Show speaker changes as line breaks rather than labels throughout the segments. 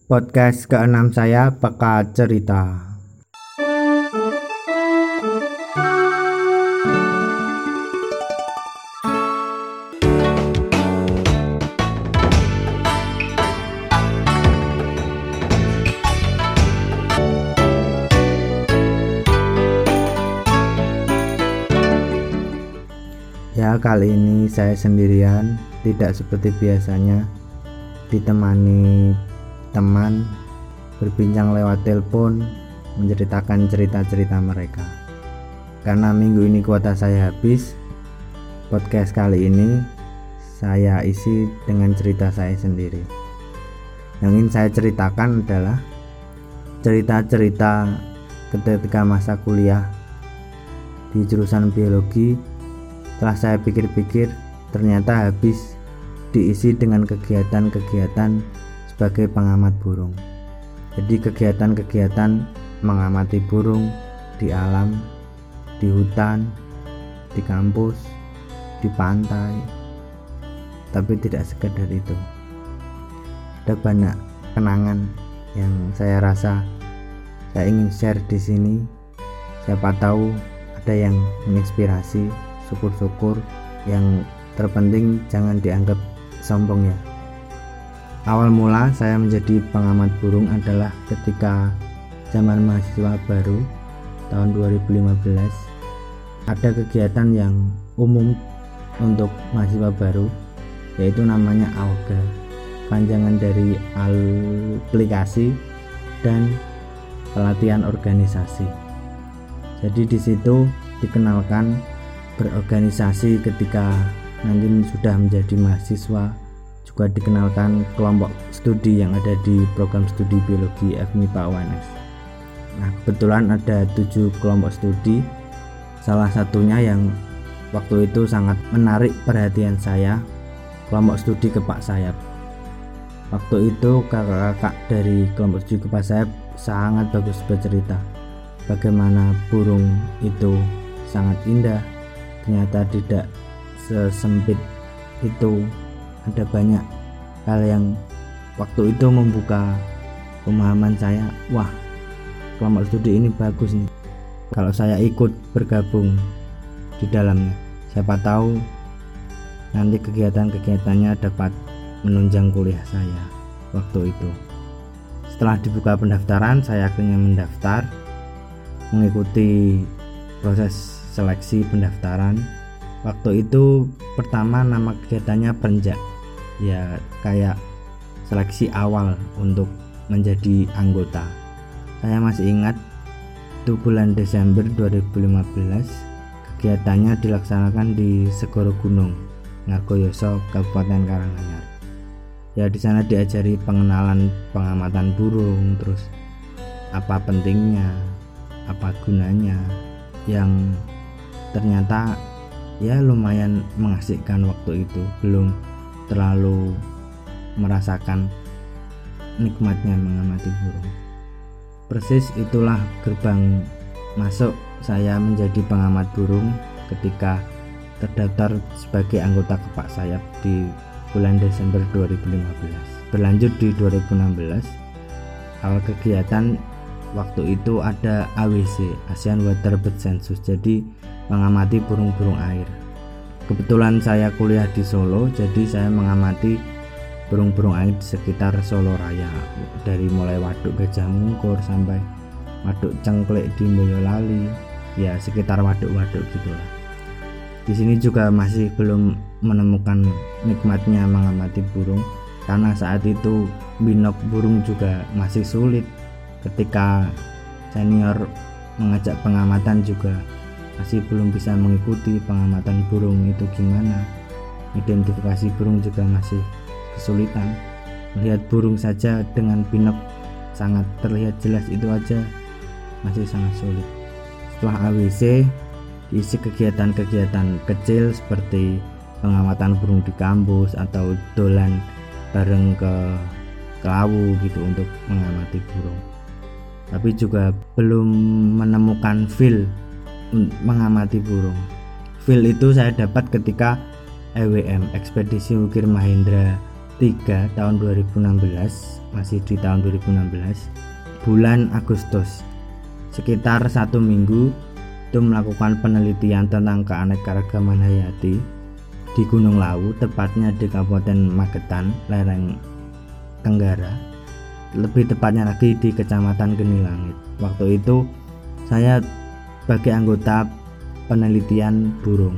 Podcast ke-6 saya, Peka Cerita. Ya, kali ini saya sendirian, tidak seperti biasanya ditemani teman berbincang lewat telepon, menceritakan cerita-cerita mereka. Karena minggu ini kuota saya habis, podcast kali ini saya isi dengan cerita saya sendiri. Yang ingin saya ceritakan adalah cerita-cerita ketika masa kuliah di jurusan biologi. Setelah saya pikir-pikir, ternyata habis diisi dengan kegiatan-kegiatan sebagai pengamat burung. Jadi kegiatan-kegiatan mengamati burung di alam, di hutan, di kampus, di pantai. Tapi tidak sekedar itu. Ada banyak kenangan yang saya rasa saya ingin share di sini. Siapa tahu ada yang menginspirasi. Syukur-syukur, yang terpenting jangan dianggap sombong ya. Awal mula saya menjadi pengamat burung adalah ketika zaman mahasiswa baru tahun 2015. Ada kegiatan yang umum untuk mahasiswa baru, yaitu namanya AOGA, panjangan dari aplikasi dan pelatihan organisasi. Jadi di situ dikenalkan berorganisasi ketika nanti sudah menjadi mahasiswa, juga dikenalkan kelompok studi yang ada di program studi biologi FMIPA UNS. Nah, kebetulan ada 7 kelompok studi. Salah satunya yang waktu itu sangat menarik perhatian saya, kelompok studi kepak sayap. Waktu itu kakak-kakak dari kelompok studi kepak sayap sangat bagus bercerita bagaimana burung itu sangat indah. Ternyata tidak sesempit itu, ada banyak hal yang waktu itu membuka pemahaman saya. Wah, kelompok studi ini bagus nih, kalau saya ikut bergabung di dalamnya, siapa tahu nanti kegiatan-kegiatannya dapat menunjang kuliah saya waktu itu. Setelah dibuka pendaftaran, saya akhirnya mendaftar, mengikuti proses seleksi pendaftaran. Waktu itu pertama nama kegiatannya perenjak, ya kayak seleksi awal untuk menjadi anggota. Saya masih ingat itu bulan Desember 2015. Kegiatannya dilaksanakan di Segoro Gunung, Ngargoyoso, Kabupaten Karanganyar. Ya, di sana diajari pengenalan pengamatan burung, terus apa pentingnya, apa gunanya, yang ternyata ya lumayan mengasihkan waktu itu. Belum terlalu merasakan nikmatnya mengamati burung. Persis itulah gerbang masuk saya menjadi pengamat burung ketika terdaftar sebagai anggota kepak sayap di bulan Desember 2015. Berlanjut di 2016, awal kegiatan waktu itu ada AWC, Asian Water Bird Census, jadi mengamati burung-burung air. Kebetulan saya kuliah di Solo, jadi saya mengamati burung-burung air di sekitar Solo Raya, dari mulai Waduk Gajah Mungkur sampai Waduk Cengklik di Boyolali, ya sekitar waduk-waduk gitulah. Di sini juga masih belum menemukan nikmatnya mengamati burung, karena saat itu binok burung juga masih sulit. Ketika senior mengajak pengamatan juga masih belum bisa mengikuti pengamatan burung itu gimana. Identifikasi burung juga masih kesulitan. Melihat burung saja dengan binok sangat terlihat jelas itu aja masih sangat sulit. Setelah AWC diisi kegiatan-kegiatan kecil seperti pengamatan burung di kampus atau dolan bareng ke Lawu gitu untuk mengamati burung. Tapi juga belum menemukan feel mengamati burung. Feel itu saya dapat ketika EWM, Ekspedisi Ukir Mahendra 3 tahun 2016, masih di tahun 2016, bulan Agustus, sekitar 1 minggu itu melakukan penelitian tentang keanekaragaman hayati di Gunung Lawu, tepatnya di Kabupaten Magetan, lereng Tenggara, lebih tepatnya lagi di Kecamatan Genilangit. Waktu itu saya sebagai anggota penelitian burung,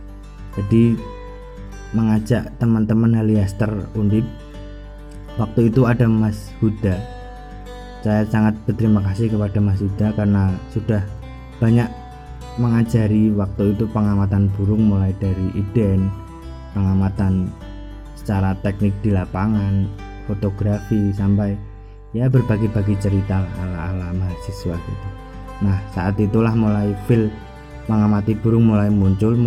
jadi mengajak teman-teman Heliaster Undip. Waktu itu ada Mas Huda. Saya sangat berterima kasih kepada Mas Huda karena sudah banyak mengajari waktu itu pengamatan burung, mulai dari iden, pengamatan secara teknik di lapangan, fotografi, sampai ya berbagi-bagi cerita ala-ala mahasiswa gitu. Nah, saat itulah mulai feel mengamati burung mulai muncul,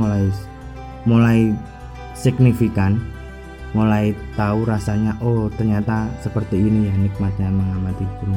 mulai signifikan, mulai tahu rasanya, oh ternyata seperti ini ya nikmatnya mengamati burung.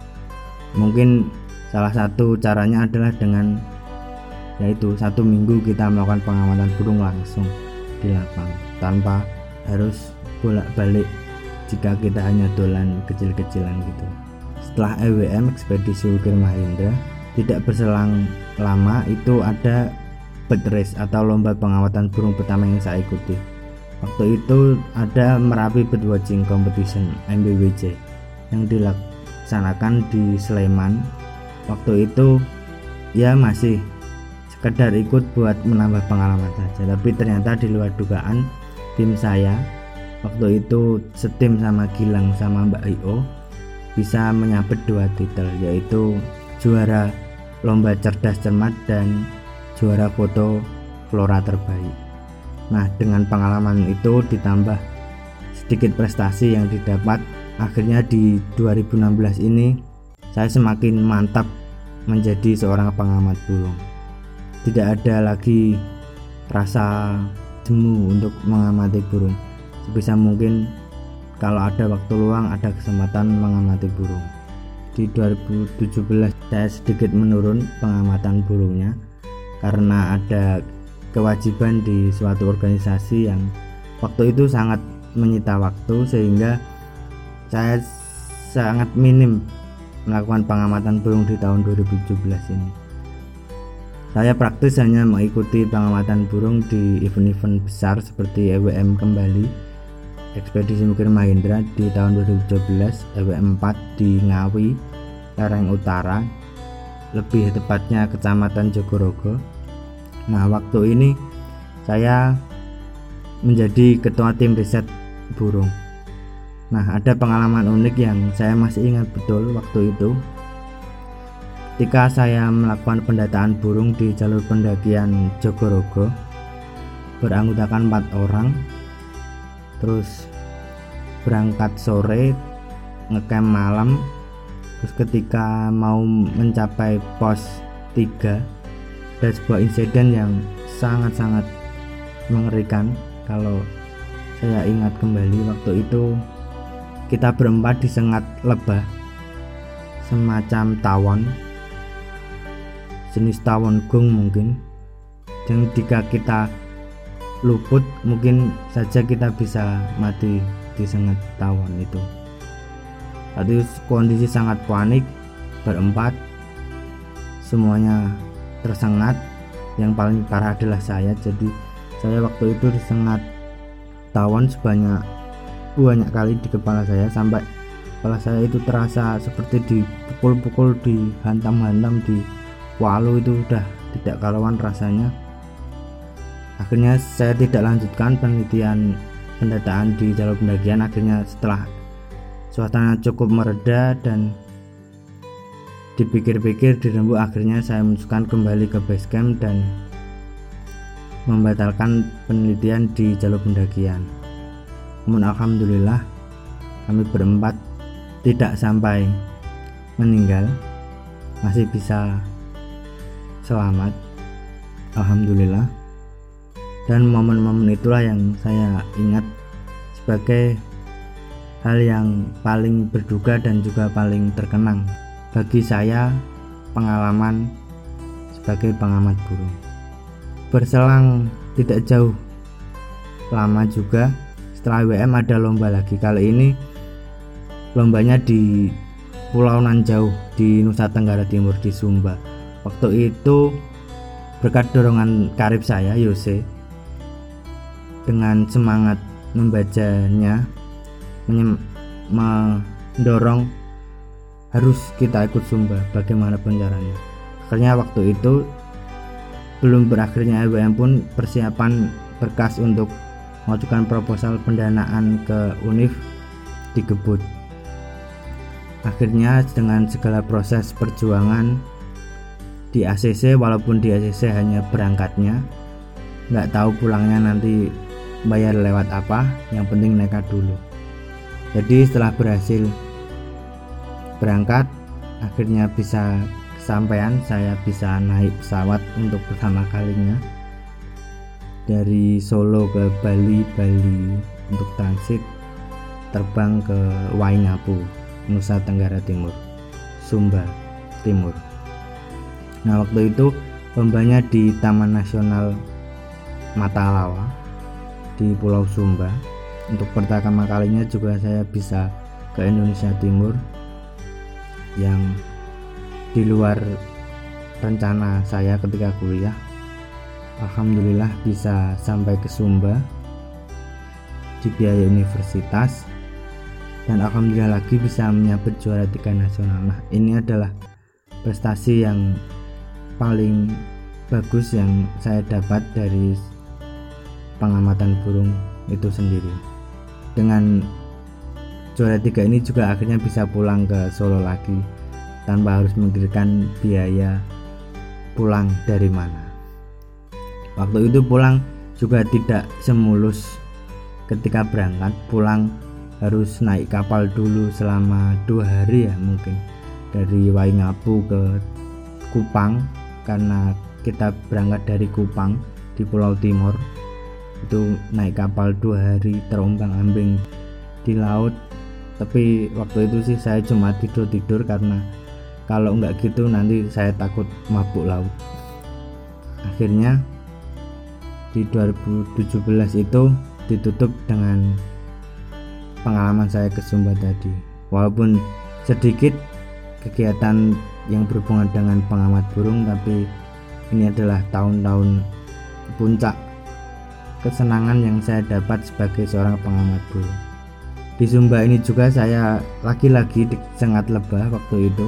Mungkin salah satu caranya adalah dengan yaitu 1 minggu kita melakukan pengamatan burung langsung di lapangan tanpa harus bolak-balik jika kita hanya dolan kecil-kecilan gitu. Setelah EWM Ekspedisi Ukir Mahendra, tidak berselang lama itu ada bird race atau lomba pengamatan burung pertama yang saya ikuti. Waktu itu ada Merapi Birdwatching Competition MBWC yang dilaksanakan di Sleman. Waktu itu ya masih sekedar ikut buat menambah pengalaman saja, tapi ternyata di luar dugaan tim saya waktu itu setim sama Gilang sama Mbak Io bisa menyabet 2 titel, yaitu juara lomba cerdas cermat dan juara foto flora terbaik. Nah, dengan pengalaman itu ditambah sedikit prestasi yang didapat, akhirnya di 2016 ini saya semakin mantap menjadi seorang pengamat burung. Tidak ada lagi rasa jemu untuk mengamati burung. Sebisa mungkin kalau ada waktu luang, ada kesempatan mengamati burung. Di 2017 saya sedikit menurun pengamatan burungnya karena ada kewajiban di suatu organisasi yang waktu itu sangat menyita waktu, sehingga saya sangat minim melakukan pengamatan burung di tahun 2017 ini. Saya praktis hanya mengikuti pengamatan burung di event-event besar seperti EWM Kembali, Ekspedisi Ukir Mahendra di tahun 2017, EWM 4 di Ngawi, lereng utara, lebih tepatnya Kecamatan Jogorogo. Nah, waktu ini saya menjadi ketua tim riset burung. Nah, ada pengalaman unik yang saya masih ingat betul waktu itu. Ketika saya melakukan pendataan burung di jalur pendakian Jogorogo, beranggotakan 4 orang, terus berangkat sore, ngecamp malam, terus ketika mau mencapai pos 3, ada sebuah insiden yang sangat-sangat mengerikan. Kalau saya ingat kembali, waktu itu kita berempat disengat lebah semacam tawon, jenis tawon gong mungkin, dan jika kita luput mungkin saja kita bisa mati disengat tawon itu. Tadi kondisi sangat panik, berempat semuanya tersengat. Yang paling parah adalah saya, jadi saya waktu itu disengat tawon banyak kali di kepala saya, sampai kepala saya itu terasa seperti dipukul-pukul, dihantam-hantam, di walu, itu udah tidak karuan rasanya. Akhirnya saya tidak lanjutkan penelitian pendataan di jalur pendakian. Akhirnya setelah suasana cukup mereda dan dipikir-pikir dirembuk, akhirnya saya memutuskan kembali ke base camp dan membatalkan penelitian di jalur pendakian. Namun alhamdulillah kami berempat tidak sampai meninggal, masih bisa selamat, alhamdulillah. Dan momen-momen itulah yang saya ingat sebagai hal yang paling berduka dan juga paling terkenang bagi saya, pengalaman sebagai pengamat burung. Berselang tidak jauh lama juga, setelah WM ada lomba lagi. Kali ini lombanya di Pulau Nan Jauh di Nusa Tenggara Timur, di Sumba. Waktu itu berkat dorongan karib saya, Yose, dengan semangat membacanya mendorong harus kita ikut Sumba bagaimanapun caranya. Akhirnya waktu itu belum berakhirnya WM pun persiapan berkas untuk mengajukan proposal pendanaan ke UNIF digebut. Akhirnya dengan segala proses perjuangan di ACC, walaupun di ACC hanya berangkatnya, nggak tahu pulangnya nanti bayar lewat apa, yang penting nekat dulu. Jadi setelah berhasil berangkat, akhirnya bisa kesampaian, saya bisa naik pesawat untuk pertama kalinya dari Solo ke Bali untuk transit terbang ke Waingapu, Nusa Tenggara Timur, Sumba Timur. Nah, waktu itu lombanya di Taman Nasional Matalawa di Pulau Sumba. Untuk pertama kalinya juga saya bisa ke Indonesia Timur yang di luar rencana saya ketika kuliah. Alhamdulillah bisa sampai ke Sumba dibiayai universitas, dan alhamdulillah lagi bisa menyabet juara 3 nasional. Nah, ini adalah prestasi yang paling bagus yang saya dapat dari pengamatan burung itu sendiri. Dengan juara 3 ini juga akhirnya bisa pulang ke Solo lagi tanpa harus memikirkan biaya pulang dari mana. Waktu itu pulang juga tidak semulus ketika berangkat. Pulang harus naik kapal dulu selama 2 hari ya, mungkin dari Waingapu ke Kupang, karena kita berangkat dari Kupang di Pulau Timur. Itu naik kapal 2 hari terombang-ambing di laut. Tapi waktu itu sih saya cuma tidur karena kalau nggak gitu nanti saya takut mabuk laut. Akhirnya di 2017 itu ditutup dengan pengalaman saya ke Sumba tadi. Walaupun sedikit kegiatan yang berhubungan dengan pengamat burung, tapi ini adalah tahun-tahun puncak kesenangan yang saya dapat sebagai seorang pengamat burung. Di Sumba ini juga saya lagi-lagi sangat lebah waktu itu.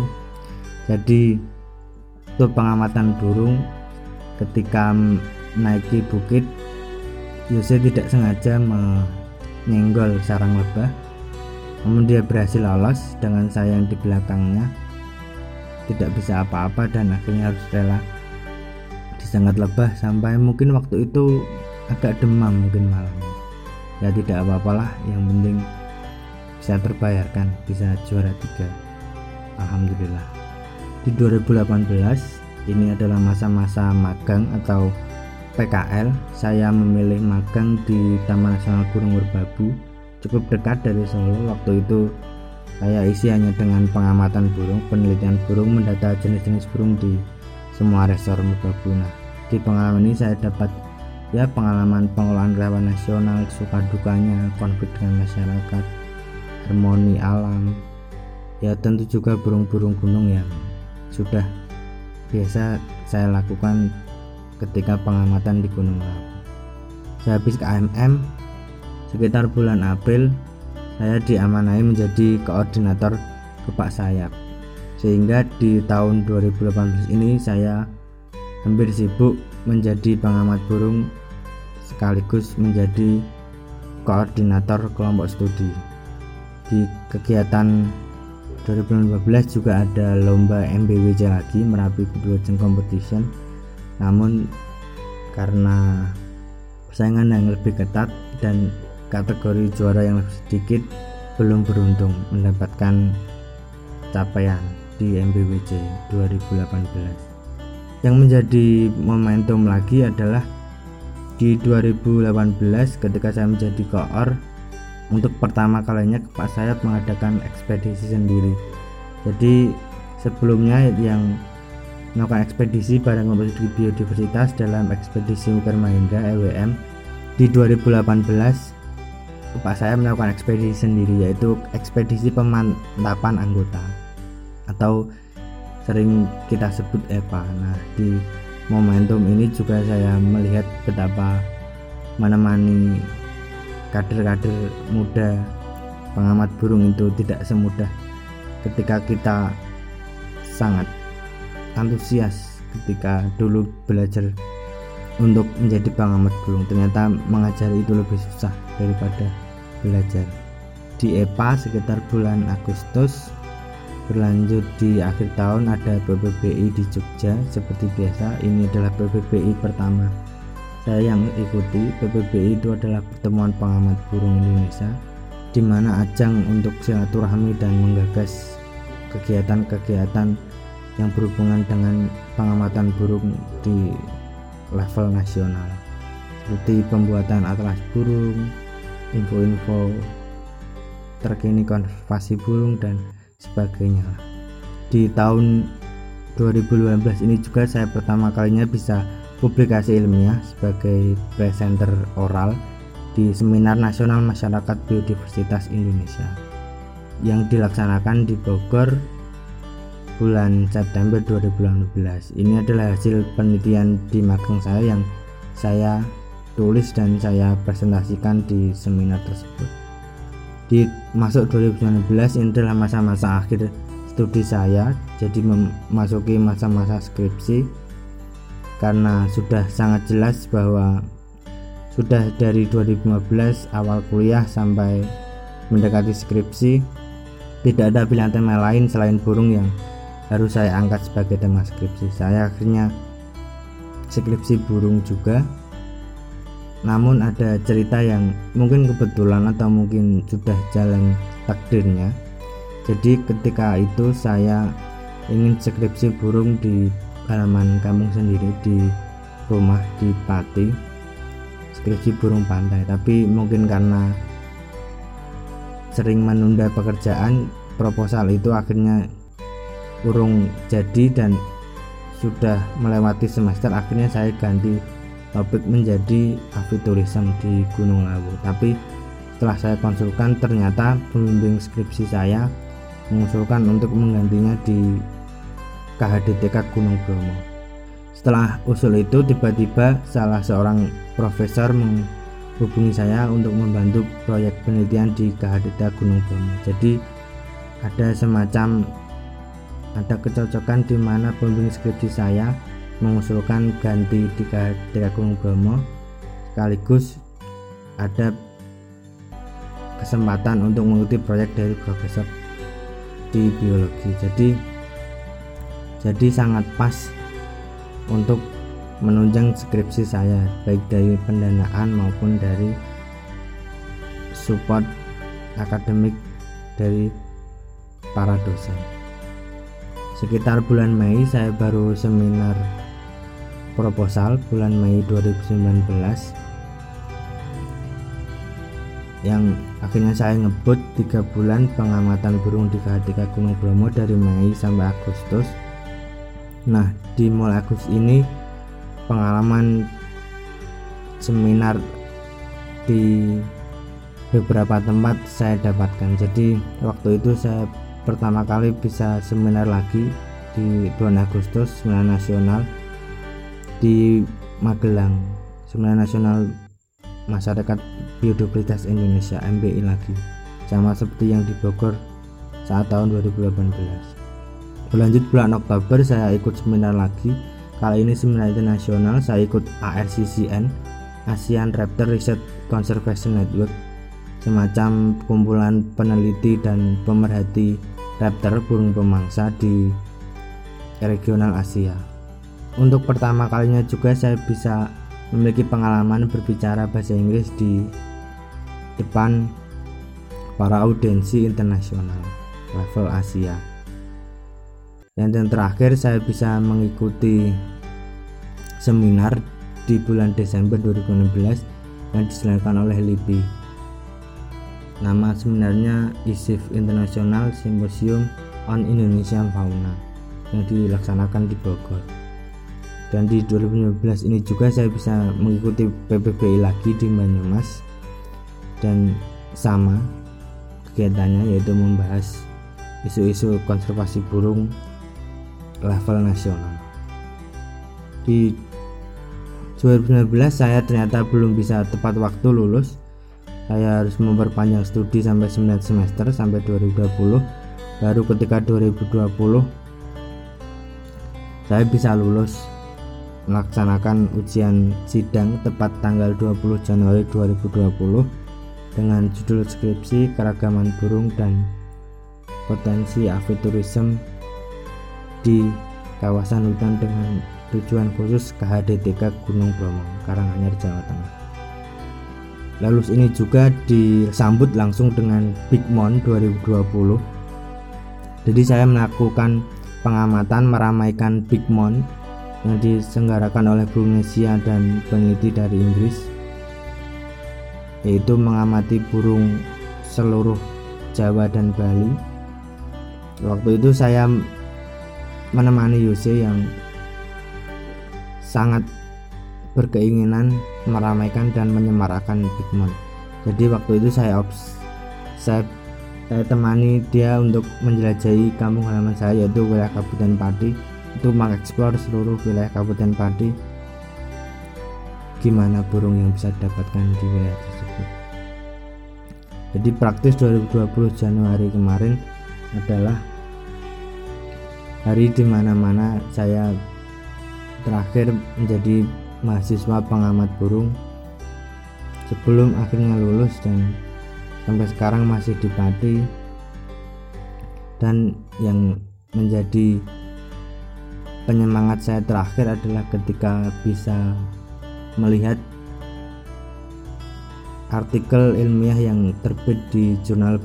Jadi untuk pengamatan burung, ketika menaiki bukit, Yose tidak sengaja menyenggol sarang lebah, namun dia berhasil lolos dengan saya yang di belakangnya tidak bisa apa-apa, dan akhirnya harus rela disengat lebah sampai mungkin waktu itu agak demam mungkin malam. Ya tidak apa-apalah, yang penting bisa terbayarkan, bisa juara 3. Alhamdulillah. Di 2018 ini adalah masa-masa magang atau PKL. Saya memilih magang di Taman Nasional Burung Merbabu, cukup dekat dari Solo. Waktu itu saya isi hanya dengan pengamatan burung, penelitian burung, mendata jenis-jenis burung di semua resor Merbabu. Nah, di pengalaman ini saya dapat ya pengalaman pengelolaan hewan nasional, suka dukanya, konflik dengan masyarakat, harmoni alam, ya tentu juga burung-burung gunung yang sudah biasa saya lakukan ketika pengamatan di Gunung Lawu. Saya habis ke AMM sekitar bulan April. Saya diamanai menjadi koordinator kepak sayap, sehingga di tahun 2018 ini saya hampir sibuk menjadi pengamat burung sekaligus menjadi koordinator kelompok studi. Di kegiatan 2015 juga ada lomba MBWC lagi, Merapi Woodwatching Competition. Namun karena persaingan yang lebih ketat dan kategori juara yang lebih sedikit, belum beruntung mendapatkan capaian di MBWC 2018. Yang menjadi momentum lagi adalah di 2018 ketika saya menjadi koor. Untuk pertama kalinya kepak sayap mengadakan ekspedisi sendiri. Jadi sebelumnya yang melakukan ekspedisi bareng kelompok studi biodiversitas dalam ekspedisi Ukir Mahindra EWM di 2018, bapak saya melakukan ekspedisi sendiri, yaitu ekspedisi pemantapan anggota atau sering kita sebut EPA. Nah, di momentum ini juga saya melihat betapa menemani kader-kader muda pengamat burung itu tidak semudah ketika kita sangat antusias ketika dulu belajar untuk menjadi pengamat burung. Ternyata mengajar itu lebih susah daripada belajar. Di EPA sekitar bulan Agustus, berlanjut di akhir tahun ada PBBI di Jogja. Seperti biasa, ini adalah PBBI pertama saya yang ikuti. PBBI itu adalah pertemuan pengamat burung Indonesia, di mana ajang untuk silaturahmi dan menggagas kegiatan-kegiatan yang berhubungan dengan pengamatan burung di level nasional, seperti pembuatan atlas burung, info-info terkini konservasi burung dan sebagainya. Di tahun 2018 ini juga saya pertama kalinya bisa publikasi ilmiah sebagai presenter oral di Seminar Nasional Masyarakat Biodiversitas Indonesia yang dilaksanakan di Bogor bulan September 2018. Ini adalah hasil penelitian di magang saya yang saya tulis dan saya presentasikan di seminar tersebut. Di masuk 2019 ini adalah masa-masa akhir studi saya, jadi memasuki masa-masa skripsi, karena sudah sangat jelas bahwa sudah dari 2015 awal kuliah sampai mendekati skripsi tidak ada pilihan tema lain selain burung yang harus saya angkat sebagai tema skripsi. Saya akhirnya skripsi burung juga, namun ada cerita yang mungkin kebetulan atau mungkin sudah jalan takdirnya. Jadi ketika itu saya ingin skripsi burung di halaman kampung sendiri, di rumah di Pati, skripsi burung pantai, tapi mungkin karena sering menunda pekerjaan, proposal itu akhirnya urung jadi dan sudah melewati semester. Akhirnya saya ganti topik menjadi aviturism di Gunung Lawu. Tapi setelah saya konsulkan, ternyata pembimbing skripsi saya mengusulkan untuk menggantinya di KHDTK Gunung Bromo. Setelah usul itu, tiba-tiba salah seorang profesor menghubungi saya untuk membantu proyek penelitian di KHDTK Gunung Bromo. Jadi ada kecocokan di mana pembimbing skripsi saya mengusulkan ganti di KHDTK Gunung Bromo, sekaligus ada kesempatan untuk mengikuti proyek dari profesor di biologi. Jadi sangat pas untuk menunjang skripsi saya, baik dari pendanaan maupun dari support akademik dari para dosen. Sekitar bulan Mei saya baru seminar proposal, bulan Mei 2019, yang akhirnya saya ngebut 3 bulan pengamatan burung di KHDTK Gunung Bromo dari Mei sampai Agustus. Nah, di mulai Agustus ini pengalaman seminar di beberapa tempat saya dapatkan. Jadi waktu itu saya pertama kali bisa seminar lagi di bulan Agustus, seminar nasional di Magelang, seminar nasional Masyarakat Biodiversitas Indonesia MBI lagi, sama seperti yang di Bogor saat tahun 2018. Berlanjut bulan Oktober saya ikut seminar lagi, kali ini seminar internasional. Saya ikut ARCCN, ASEAN Raptor Research Conservation Network, semacam kumpulan peneliti dan pemerhati raptor burung pemangsa di regional Asia. Untuk pertama kalinya juga saya bisa memiliki pengalaman berbicara bahasa Inggris di depan para audiensi internasional level Asia. Dan terakhir saya bisa mengikuti seminar di bulan Desember 2016 yang diselenggarakan oleh LIPI. Nama seminarnya ISIF International Symposium on Indonesian Fauna yang dilaksanakan di Bogor. Dan di 2015 ini juga saya bisa mengikuti PBBI lagi di Banyumas, dan sama kegiatannya, yaitu membahas isu-isu konservasi burung level nasional. Di 2019 saya ternyata belum bisa tepat waktu lulus. Saya harus memperpanjang studi sampai 9 semester sampai 2020. Baru ketika 2020 saya bisa lulus melaksanakan ujian sidang tepat tanggal 20 Januari 2020 dengan judul skripsi keragaman burung dan potensi aviturism di kawasan hutan dengan tujuan khusus KHDTK Gunung Bromo, Karanganyar, Jawa Tengah. Lulus ini juga disambut langsung dengan Bigmon 2020. Jadi saya melakukan pengamatan meramaikan Bigmon yang diselenggarakan oleh Brunnesia dan peneliti dari Inggris, yaitu mengamati burung seluruh Jawa dan Bali. Waktu itu saya menemani Yose yang sangat berkeinginan meramaikan dan menyemarakkan Bigmon. Jadi waktu itu saya temani dia untuk menjelajahi kampung halaman saya, yaitu wilayah Kabupaten Pati, itu mengeksplor seluruh wilayah Kabupaten Pati, gimana burung yang bisa didapatkan di wilayah tersebut. Jadi praktis 2020 Januari kemarin adalah hari dimana saya terakhir menjadi mahasiswa pengamat burung sebelum akhirnya lulus, dan sampai sekarang masih di Pati. Dan yang menjadi penyemangat saya terakhir adalah ketika bisa melihat artikel ilmiah yang terbit di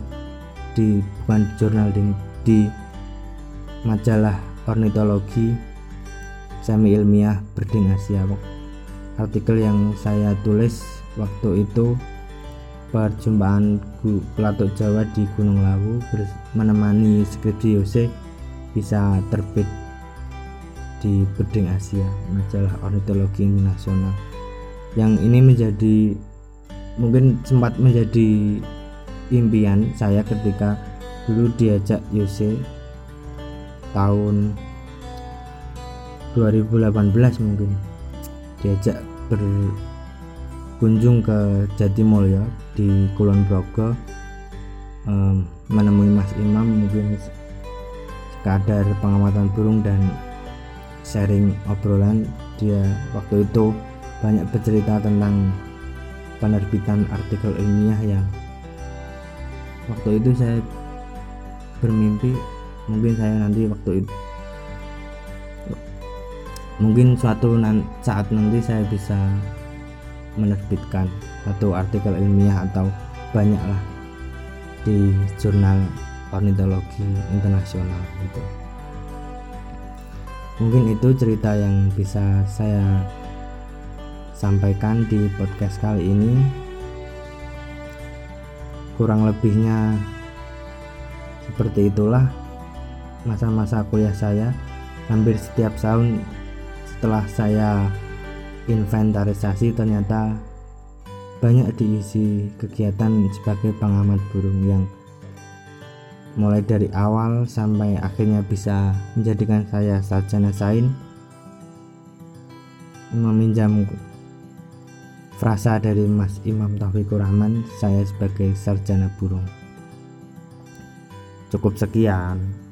majalah ornitologi semi ilmiah Birding Asia. Artikel yang saya tulis waktu itu, perjumpaan pelatuk Jawa di Gunung Lawu menemani skripsi Yose, bisa terbit di Birding Asia, majalah ornitologi internasional. Yang ini mungkin sempat menjadi impian saya ketika dulu diajak Yose tahun 2018, mungkin diajak berkunjung ke Jatimulyo di Kulon Progo, menemui Mas Imam, mungkin sekadar pengamatan burung dan sharing obrolan. Dia waktu itu banyak bercerita tentang penerbitan artikel ilmiah yang waktu itu saya bermimpi mungkin saya nanti mungkin suatu saat nanti saya bisa menerbitkan satu artikel ilmiah atau banyaklah di jurnal ornitologi internasional gitu. Mungkin itu cerita yang bisa saya sampaikan di podcast kali ini. Kurang lebihnya seperti itulah masa-masa kuliah saya. Hampir setiap tahun setelah saya inventarisasi, ternyata banyak diisi kegiatan sebagai pengamat burung yang mulai dari awal sampai akhirnya bisa menjadikan saya sarjana sains. Meminjam frasa dari Mas Imam Taufikur Rahman, saya sebagai sarjana burung. Cukup sekian.